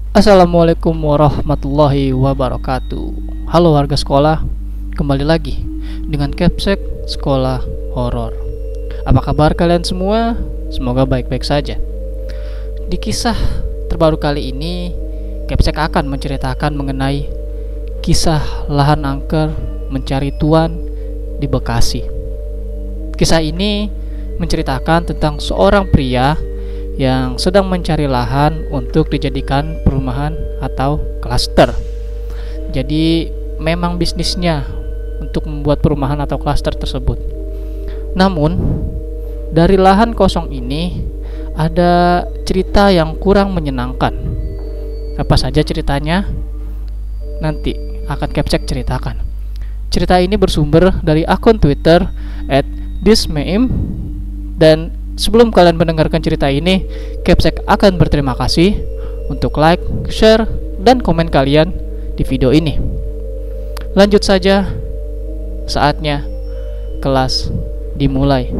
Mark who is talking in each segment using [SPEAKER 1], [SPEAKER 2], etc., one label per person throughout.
[SPEAKER 1] Assalamualaikum warahmatullahi wabarakatuh. Halo warga sekolah, kembali lagi dengan Capsek Sekolah Horor. Apa kabar kalian semua? Semoga baik-baik saja. Di kisah terbaru kali ini, Capsek akan menceritakan mengenai kisah lahan angker mencari tuan di Bekasi. Kisah ini menceritakan tentang seorang pria yang sedang mencari lahan untuk dijadikan perumahan atau klaster. Jadi memang bisnisnya untuk membuat perumahan atau klaster tersebut. Namun dari lahan kosong ini ada cerita yang kurang menyenangkan. Apa saja ceritanya? Nanti akan Capsek ceritakan. Cerita ini bersumber dari akun Twitter @thismeme. Dan sebelum kalian mendengarkan cerita ini, Capsek akan berterima kasih untuk like, share, dan komen kalian di video ini. Lanjut saja, saatnya kelas dimulai.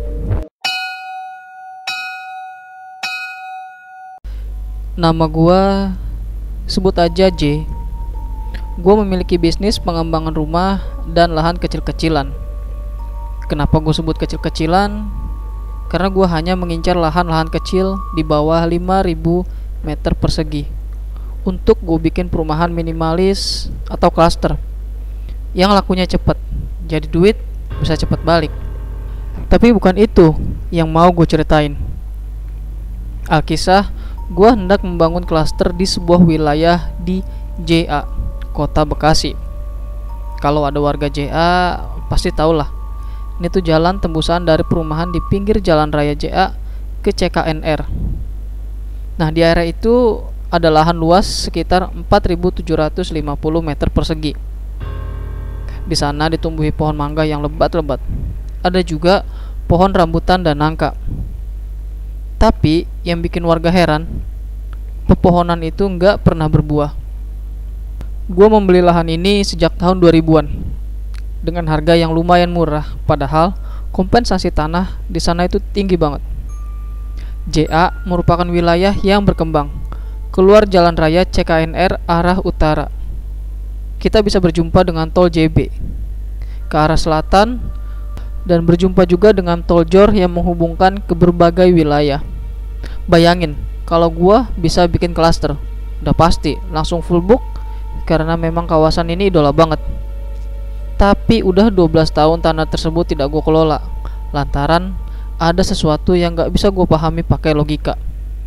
[SPEAKER 1] Nama gua sebut aja J. Gua memiliki bisnis pengembangan rumah dan lahan kecil-kecilan. Kenapa gue sebut kecil-kecilan? Karena gue hanya mengincar lahan-lahan kecil di bawah 5.000 meter persegi untuk gue bikin perumahan minimalis atau klaster yang lakunya cepat, jadi duit bisa cepat balik. Tapi bukan itu yang mau gue ceritain. Alkisah, gue hendak membangun klaster di sebuah wilayah di JA, Kota Bekasi. Kalau ada warga JA pasti tahulah. Ini tuh jalan tembusan dari perumahan di pinggir Jalan Raya JA ke CKNR. Nah, di area itu ada lahan luas sekitar 4.750 meter persegi. Di sana ditumbuhi pohon mangga yang lebat-lebat. Ada juga pohon rambutan dan nangka. Tapi yang bikin warga heran, pepohonan itu nggak pernah berbuah. Gua membeli lahan ini sejak tahun 2000-an. Dengan harga yang lumayan murah, padahal kompensasi tanah di sana itu tinggi banget. JA merupakan wilayah yang berkembang. Keluar jalan raya CKNR arah utara, kita bisa berjumpa dengan tol JB ke arah selatan dan berjumpa juga dengan tol JOR yang menghubungkan ke berbagai wilayah. Bayangin kalau gua bisa bikin klaster, udah pasti langsung full book karena memang kawasan ini idola banget. Tapi udah 12 tahun tanah tersebut tidak gue kelola, lantaran ada sesuatu yang gak bisa gue pahami pakai logika.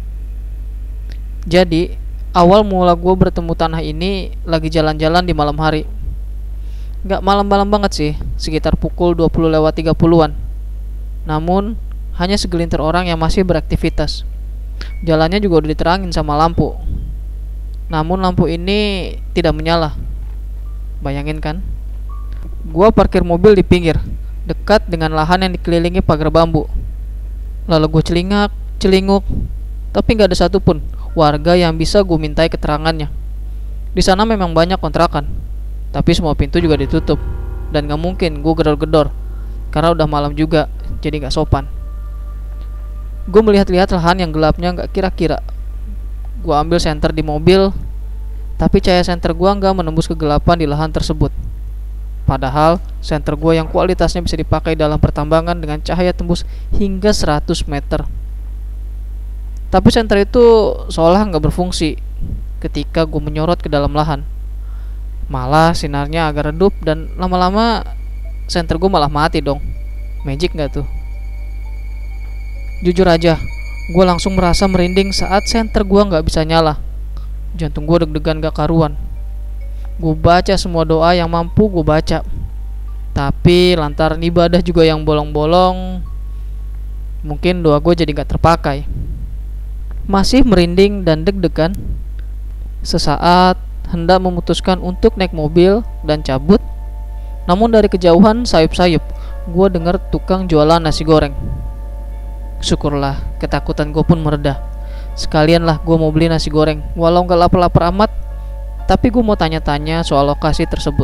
[SPEAKER 1] Jadi awal mula gue bertemu tanah ini lagi jalan-jalan di malam hari. Gak malam-malam banget sih, sekitar pukul 20:30-an. Namun hanya segelintir orang yang masih beraktivitas. Jalannya juga udah diterangin sama lampu. Namun lampu ini tidak menyala. Bayangin kan? Gua parkir mobil di pinggir, dekat dengan lahan yang dikelilingi pagar bambu. Lalu gue celinguk, tapi gak ada satupun warga yang bisa gue mintai keterangannya. Di sana memang banyak kontrakan, tapi semua pintu juga ditutup. Dan gak mungkin gue gedor-gedor, karena udah malam juga, jadi gak sopan. Gue melihat-lihat lahan yang gelapnya gak kira-kira. Gue ambil senter di mobil, tapi cahaya senter gue gak menembus kegelapan di lahan tersebut. Padahal senter gue yang kualitasnya bisa dipakai dalam pertambangan dengan cahaya tembus hingga 100 meter. Tapi senter itu seolah nggak berfungsi ketika gue menyorot ke dalam lahan. Malah sinarnya agak redup dan lama-lama senter gue malah mati dong. Magic nggak tuh? Jujur aja, gue langsung merasa merinding saat senter gue nggak bisa nyala. Jantung gue deg-degan gak karuan. Gue baca semua doa yang mampu gue baca. Tapi lantaran ibadah juga yang bolong-bolong, mungkin doa gue jadi gak terpakai. Masih merinding dan deg-degan, sesaat hendak memutuskan untuk naik mobil dan cabut. Namun dari kejauhan sayup-sayup gue dengar tukang jualan nasi goreng. Syukurlah ketakutan gue pun mereda. Sekalianlah gue mau beli nasi goreng, walau gak lapar-lapar amat. Tapi gue mau tanya-tanya soal lokasi tersebut.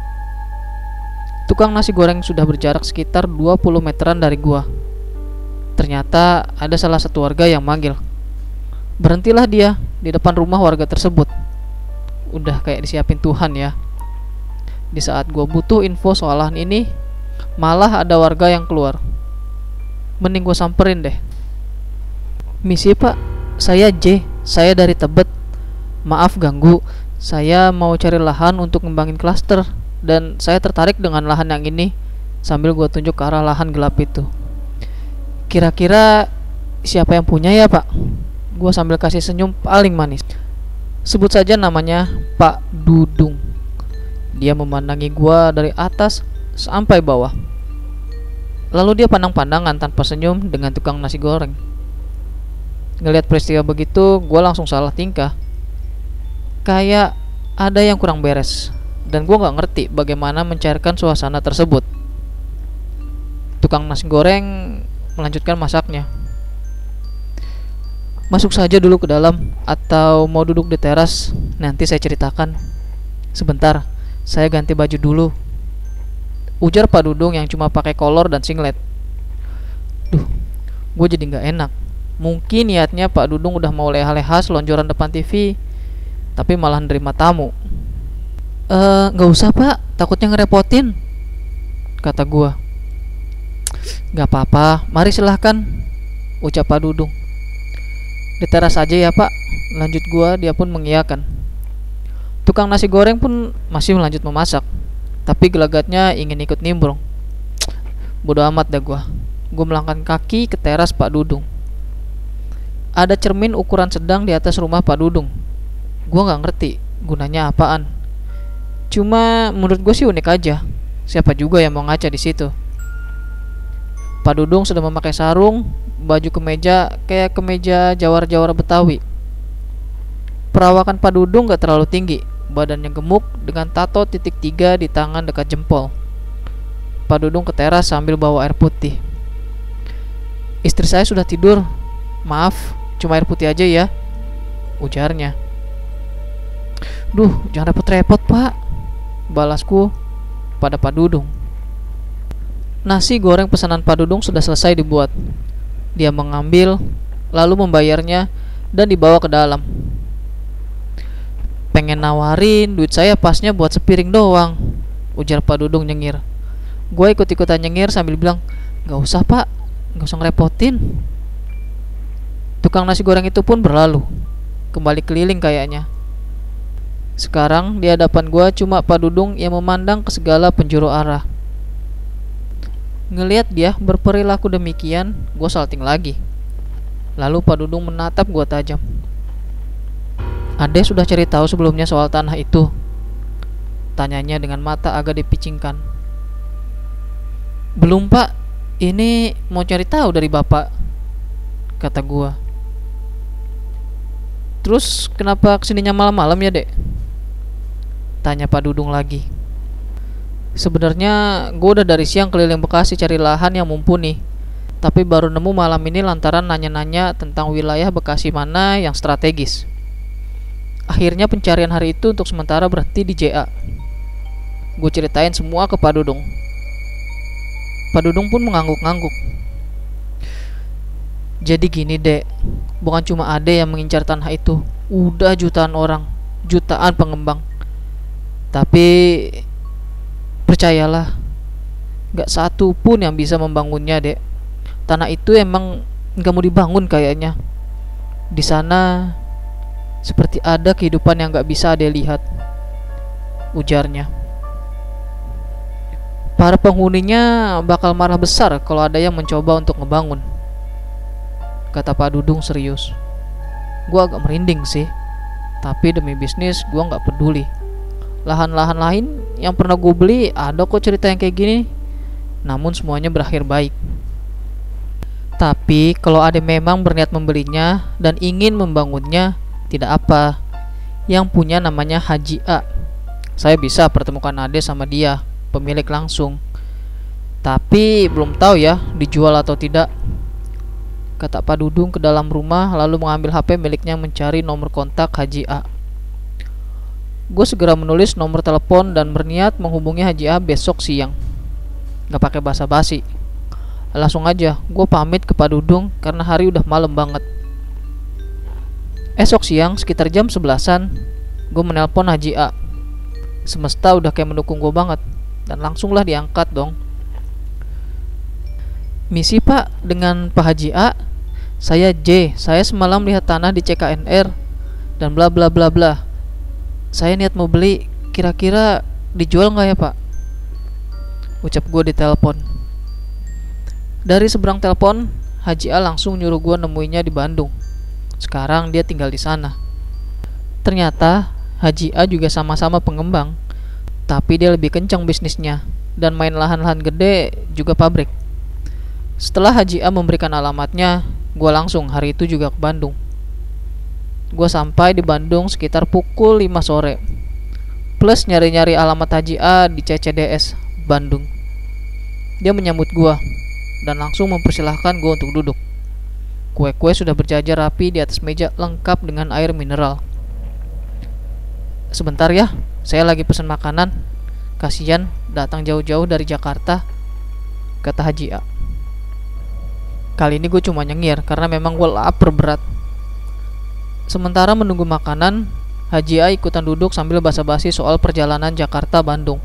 [SPEAKER 1] Tukang nasi goreng sudah berjarak sekitar 20 meteran dari gua. Ternyata ada salah satu warga yang manggil. Berhentilah dia, di depan rumah warga tersebut. Udah kayak disiapin Tuhan ya. Di saat gue butuh info soal lahan ini, malah ada warga yang keluar. Mending gue samperin deh. Misi pak, saya J, saya dari Tebet. Maaf ganggu, saya mau cari lahan untuk ngembangin klaster, dan saya tertarik dengan lahan yang ini. Sambil gue tunjuk ke arah lahan gelap itu. Kira-kira siapa yang punya ya pak? Gue sambil kasih senyum paling manis. Sebut saja namanya Pak Dudung. Dia memandangi gue dari atas sampai bawah. Lalu dia pandang-pandangan tanpa senyum dengan tukang nasi goreng. Ngelihat peristiwa begitu, gue langsung salah tingkah. Kayak ada yang kurang beres, dan gue gak ngerti bagaimana mencairkan suasana tersebut. Tukang nasi goreng melanjutkan masaknya. Masuk saja dulu ke dalam, atau mau duduk di teras? Nanti saya ceritakan. Sebentar, saya ganti baju dulu, ujar Pak Dudung yang cuma pakai kolor dan singlet. Duh, gue jadi gak enak. Mungkin niatnya Pak Dudung udah mau leha-leha selonjoran depan TV, tapi malah nerima tamu. Gak usah pak, takutnya ngerepotin, kata gua. Gak apa-apa, mari silahkan, ucap Pak Dudung. Di teras aja ya pak, lanjut gua. Dia pun mengiyakan. Tukang nasi goreng pun masih lanjut memasak, tapi gelagatnya ingin ikut nimbrung. Bodo amat dah gua. Gua melangkahkan kaki ke teras Pak Dudung. Ada cermin ukuran sedang di atas rumah Pak Dudung. Gua nggak ngerti gunanya apaan. Cuma menurut gue sih unik aja. Siapa juga yang mau ngaca di situ? Pak Dudung sudah memakai sarung, baju kemeja kayak kemeja jawara-jawara Betawi. Perawakan Pak Dudung gak terlalu tinggi, badannya gemuk dengan tato titik 3 di tangan dekat jempol. Pak Dudung ke teras sambil bawa air putih. Istri saya sudah tidur. Maaf, cuma air putih aja ya, ujarnya. Duh, jangan repot-repot pak, balasku pada Pak Dudung. Nasi goreng pesanan Pak Dudung sudah selesai dibuat. Dia mengambil, lalu membayarnya dan dibawa ke dalam. Pengen nawarin, duit saya pasnya buat sepiring doang, ujar Pak Dudung nyengir. Gue ikut-ikutan nyengir sambil bilang, gak usah pak, gak usah ngerepotin. Tukang nasi goreng itu pun berlalu, kembali keliling kayaknya. Sekarang di hadapan gue cuma Pak Dudung yang memandang ke segala penjuru arah. Ngelihat dia berperilaku demikian, gue salting lagi. Lalu Pak Dudung menatap gue tajam. Ade sudah cari tahu sebelumnya soal tanah itu? Tanyanya dengan mata agak dipicingkan. Belum pak, ini mau cari tahu dari bapak, kata gue. Terus kenapa kesininya malam-malam ya dek? Tanya Pak Dudung lagi. Sebenarnya gue udah dari siang keliling Bekasi cari lahan yang mumpuni, tapi baru nemu malam ini lantaran nanya-nanya tentang wilayah Bekasi mana yang strategis. Akhirnya pencarian hari itu untuk sementara berhenti di JA. Gue ceritain semua ke Pak Dudung. Pak Dudung pun mengangguk-ngangguk. Jadi gini dek, bukan cuma Ade yang mengincar tanah itu, udah jutaan orang, jutaan pengembang. Tapi percayalah, gak satu pun yang bisa membangunnya dek. Tanah itu emang gak mau dibangun kayaknya. Di sana seperti ada kehidupan yang gak bisa Ade lihat, ujarnya. Para penghuninya bakal marah besar kalau ada yang mencoba untuk ngebangun, kata Pak Dudung serius. Gua agak merinding sih, tapi demi bisnis gua gak peduli. Lahan-lahan lain yang pernah gue beli ada kok cerita yang kayak gini, namun semuanya berakhir baik. Tapi kalau Ade memang berniat membelinya dan ingin membangunnya, tidak apa. Yang punya namanya Haji A. Saya bisa pertemukan Ade sama dia, pemilik langsung. Tapi belum tahu ya dijual atau tidak, kata Pak Dudung ke dalam rumah lalu mengambil HP miliknya mencari nomor kontak Haji A. Gue segera menulis nomor telepon dan berniat menghubungi Haji A besok siang. Gak pakai basa-basi, langsung aja gue pamit ke Pak Dudung karena hari udah malam banget. Esok siang sekitar jam 11-an, gue menelpon Haji A. Semesta udah kayak mendukung gue banget, dan langsunglah diangkat dong. Misi pak, dengan Pak Haji A. Saya J, saya semalam lihat tanah di CKNR dan bla bla bla bla. Saya niat mau beli, kira-kira dijual nggak ya pak? Ucap gue di telepon. Dari seberang telepon, Haji A langsung nyuruh gue nemuinya di Bandung. Sekarang dia tinggal di sana. Ternyata Haji A juga sama-sama pengembang, tapi dia lebih kencang bisnisnya dan main lahan-lahan gede juga pabrik. Setelah Haji A memberikan alamatnya, gue langsung hari itu juga ke Bandung. Gue sampai di Bandung sekitar pukul 5 sore. Plus nyari-nyari alamat Haji A di CCDS Bandung. Dia menyambut gue dan langsung mempersilahkan gue untuk duduk. Kue-kue sudah berjajar rapi di atas meja lengkap dengan air mineral. Sebentar ya, saya lagi pesan makanan. Kasian datang jauh-jauh dari Jakarta, kata Haji A. Kali ini gue cuma nyengir karena memang gue lapar berat. Sementara menunggu makanan, Haji A ikutan duduk sambil basa-basi soal perjalanan Jakarta-Bandung.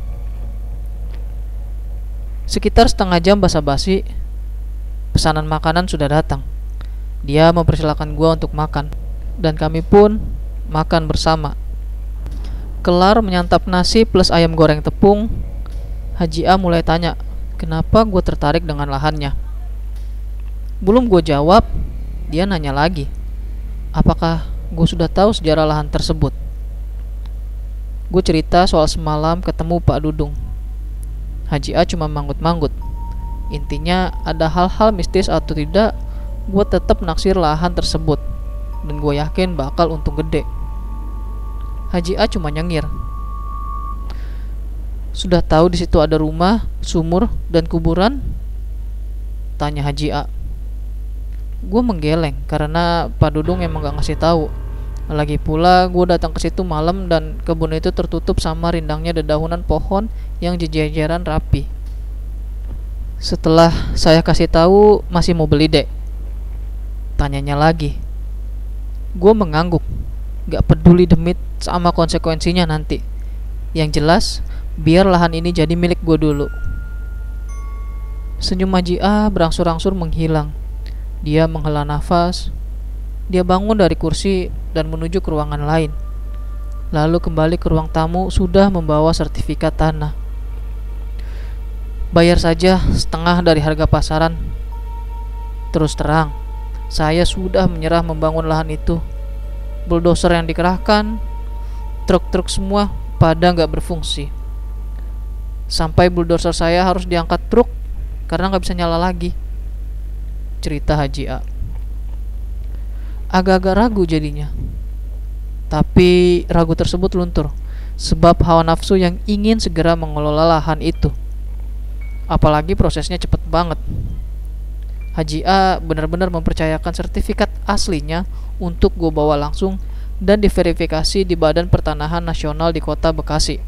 [SPEAKER 1] Sekitar setengah jam basa-basi, pesanan makanan sudah datang. Dia mempersilahkan gue untuk makan, dan kami pun makan bersama. Kelar menyantap nasi plus ayam goreng tepung, Haji A mulai tanya, kenapa gue tertarik dengan lahannya. Belum gue jawab, dia nanya lagi, apakah gue sudah tahu sejarah lahan tersebut. Gue cerita soal semalam ketemu Pak Dudung. Haji A cuma manggut-manggut. Intinya ada hal-hal mistis atau tidak, gue tetap naksir lahan tersebut, dan gue yakin bakal untung gede. Haji A cuma nyengir. Sudah tahu di situ ada rumah, sumur, dan kuburan? Tanya Haji A. Gue menggeleng karena Pak Dudung emang gak ngasih tahu. Lagi pula gue datang ke situ malam dan kebun itu tertutup sama rindangnya dedaunan pohon yang jejer-jejeran rapi. Setelah saya kasih tahu, masih mau beli dek? Tanyanya lagi. Gue mengangguk, gak peduli demit sama konsekuensinya nanti. Yang jelas, biar lahan ini jadi milik gue dulu. Senyum Haji A berangsur-angsur menghilang. Dia menghela nafas. Dia bangun dari kursi dan menuju ke ruangan lain. Lalu kembali ke ruang tamu sudah membawa sertifikat tanah. Bayar saja setengah dari harga pasaran. Terus terang, saya sudah menyerah membangun lahan itu. Bulldozer yang dikerahkan, truk-truk semua pada gak berfungsi. Sampai bulldozer saya harus diangkat truk karena gak bisa nyala lagi, cerita Haji A. Agak-agak ragu jadinya. Tapi ragu tersebut luntur sebab hawa nafsu yang ingin segera mengelola lahan itu. Apalagi prosesnya cepet banget. Haji A benar-benar mempercayakan sertifikat aslinya untuk gue bawa langsung dan diverifikasi di Badan Pertanahan Nasional di Kota Bekasi.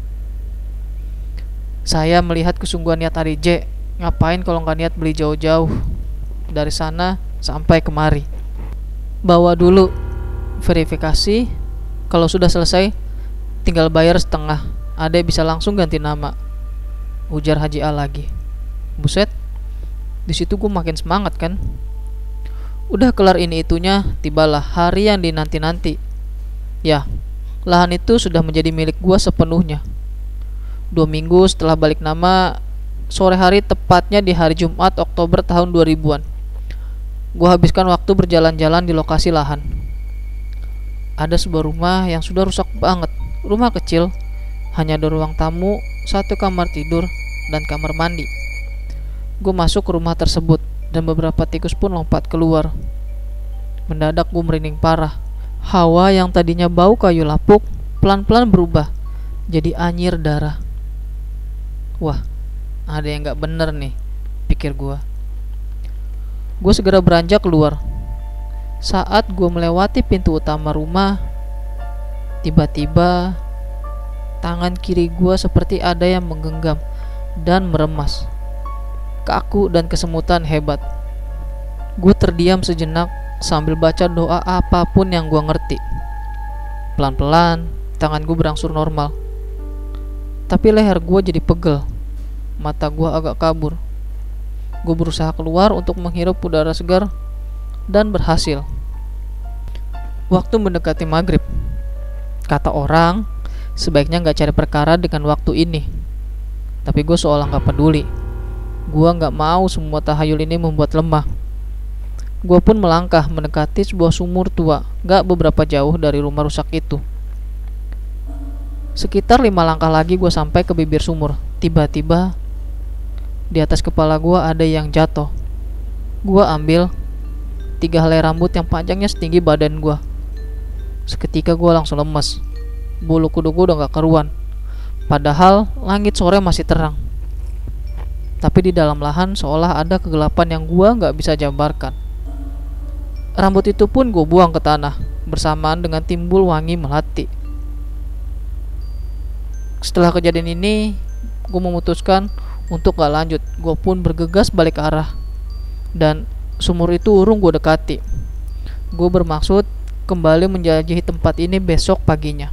[SPEAKER 1] Saya melihat kesungguhan niat Ari J. Ngapain kalau nggak niat beli jauh-jauh dari sana sampai kemari. Bawa dulu verifikasi, kalau sudah selesai tinggal bayar setengah. Ade bisa langsung ganti nama, ujar Haji A lagi. Buset, di situ gue makin semangat kan. Udah kelar ini itunya, tibalah hari yang dinanti-nanti. Ya, lahan itu sudah menjadi milik gue sepenuhnya. 2 minggu setelah balik nama, sore hari tepatnya di hari Jumat Oktober tahun 2000-an, gue habiskan waktu berjalan-jalan di lokasi lahan. Ada sebuah rumah yang sudah rusak banget. Rumah kecil, hanya ada ruang tamu, 1 kamar tidur, dan kamar mandi. Gue masuk ke rumah tersebut dan beberapa tikus pun lompat keluar. Mendadak gue merinding parah. Hawa yang tadinya bau kayu lapuk pelan-pelan berubah jadi anyir darah. Wah, ada yang gak bener nih, pikir gue. Gue segera beranjak keluar. Saat gue melewati pintu utama rumah, tiba-tiba tangan kiri gue seperti ada yang menggenggam dan meremas. Kaku dan kesemutan hebat. Gue terdiam sejenak sambil baca doa apapun yang gue ngerti. Pelan-pelan tangan gue berangsur normal, tapi leher gue jadi pegel, mata gue agak kabur. Gue berusaha keluar untuk menghirup udara segar dan berhasil. Waktu mendekati maghrib. Kata orang, sebaiknya gak cari perkara dengan waktu ini. Tapi gue seolah gak peduli. Gue gak mau semua tahayul ini membuat lemah. Gue pun melangkah mendekati sebuah sumur tua, gak beberapa jauh dari rumah rusak itu. Sekitar 5 langkah lagi gue sampai ke bibir sumur. Tiba-tiba di atas kepala gue ada yang jatuh. Gue ambil 3 helai rambut yang panjangnya setinggi badan gue. Seketika gue langsung lemes. Bulu kuduk gue udah gak karuan. Padahal langit sore masih terang. Tapi di dalam lahan seolah ada kegelapan yang gue gak bisa jabarkan. Rambut itu pun gue buang ke tanah bersamaan dengan timbul wangi melati. Setelah kejadian ini, gue memutuskan untuk gak lanjut. Gue pun bergegas balik arah, dan sumur itu urung gue dekati. Gue bermaksud kembali menjelajahi tempat ini besok paginya.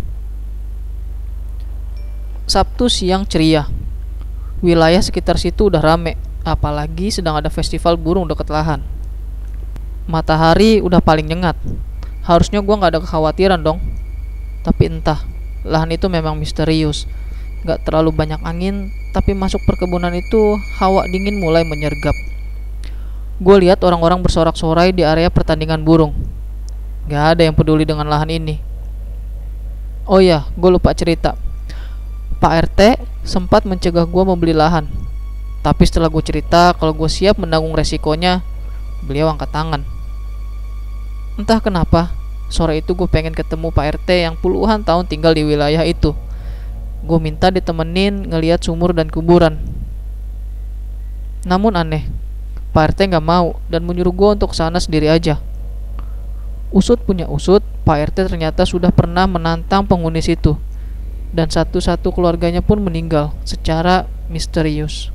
[SPEAKER 1] Sabtu siang ceria. Wilayah sekitar situ udah rame, apalagi sedang ada festival burung dekat lahan. Matahari udah paling nyengat. Harusnya gue gak ada kekhawatiran dong. Tapi entah, lahan itu memang misterius. Gak terlalu banyak angin, tapi masuk perkebunan itu hawa dingin mulai menyergap. Gue lihat orang-orang bersorak-sorai di area pertandingan burung. Gak ada yang peduli dengan lahan ini. Oh ya, gue lupa cerita. Pak RT sempat mencegah gue membeli lahan. Tapi setelah gue cerita kalau gue siap menanggung resikonya, beliau angkat tangan. Entah kenapa, sore itu gue pengen ketemu Pak RT yang puluhan tahun tinggal di wilayah itu. Gue minta ditemenin ngeliat sumur dan kuburan. Namun aneh, Pak RT gak mau dan menyuruh gue untuk kesana sendiri aja. Usut punya usut, Pak RT ternyata sudah pernah menantang penghuni situ, dan satu-satu keluarganya pun meninggal secara misterius.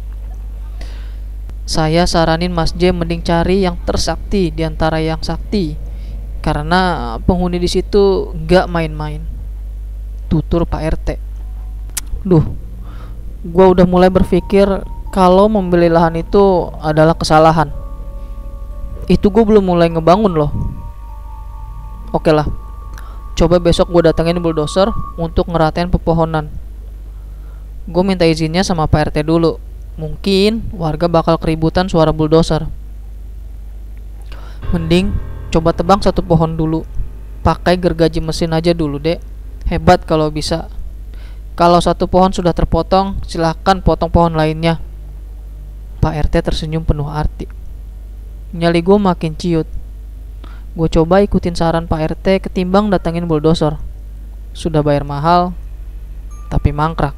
[SPEAKER 1] Saya saranin Mas J mending cari yang tersakti di antara yang sakti, karena penghuni di situ gak main-main. Tutur Pak RT. Duh, gue udah mulai berpikir kalau membeli lahan itu adalah kesalahan. Itu gue belum mulai ngebangun loh. Oke lah, coba besok gue datengin bulldozer untuk ngeratain pepohonan. Gue minta izinnya sama Pak RT dulu. Mungkin warga bakal keributan suara bulldozer. Mending coba tebang satu pohon dulu. Pakai gergaji mesin aja dulu dek. Hebat kalau bisa. Kalau satu pohon sudah terpotong, silahkan potong pohon lainnya. Pak RT tersenyum penuh arti. Nyali gue makin ciut. Gue coba ikutin saran Pak RT ketimbang datangin bulldozer. Sudah bayar mahal, tapi mangkrak.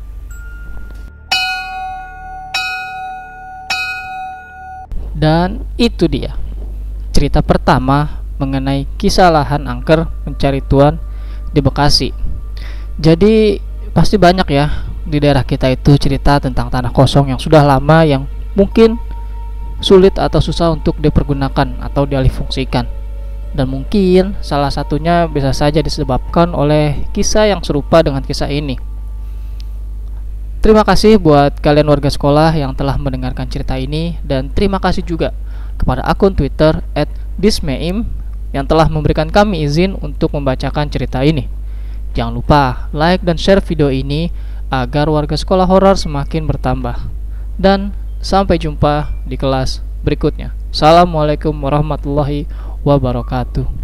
[SPEAKER 1] Dan itu dia cerita pertama mengenai kisah lahan angker mencari tuan di Bekasi. Jadi pasti banyak ya di daerah kita itu cerita tentang tanah kosong yang sudah lama yang mungkin sulit atau susah untuk dipergunakan atau dialihfungsikan. Dan mungkin salah satunya bisa saja disebabkan oleh kisah yang serupa dengan kisah ini. Terima kasih buat kalian warga sekolah yang telah mendengarkan cerita ini, dan terima kasih juga kepada akun Twitter @bismeim yang telah memberikan kami izin untuk membacakan cerita ini. Jangan lupa like dan share video ini agar warga sekolah horor semakin bertambah. Dan sampai jumpa di kelas berikutnya. Assalamualaikum warahmatullahi wabarakatuh.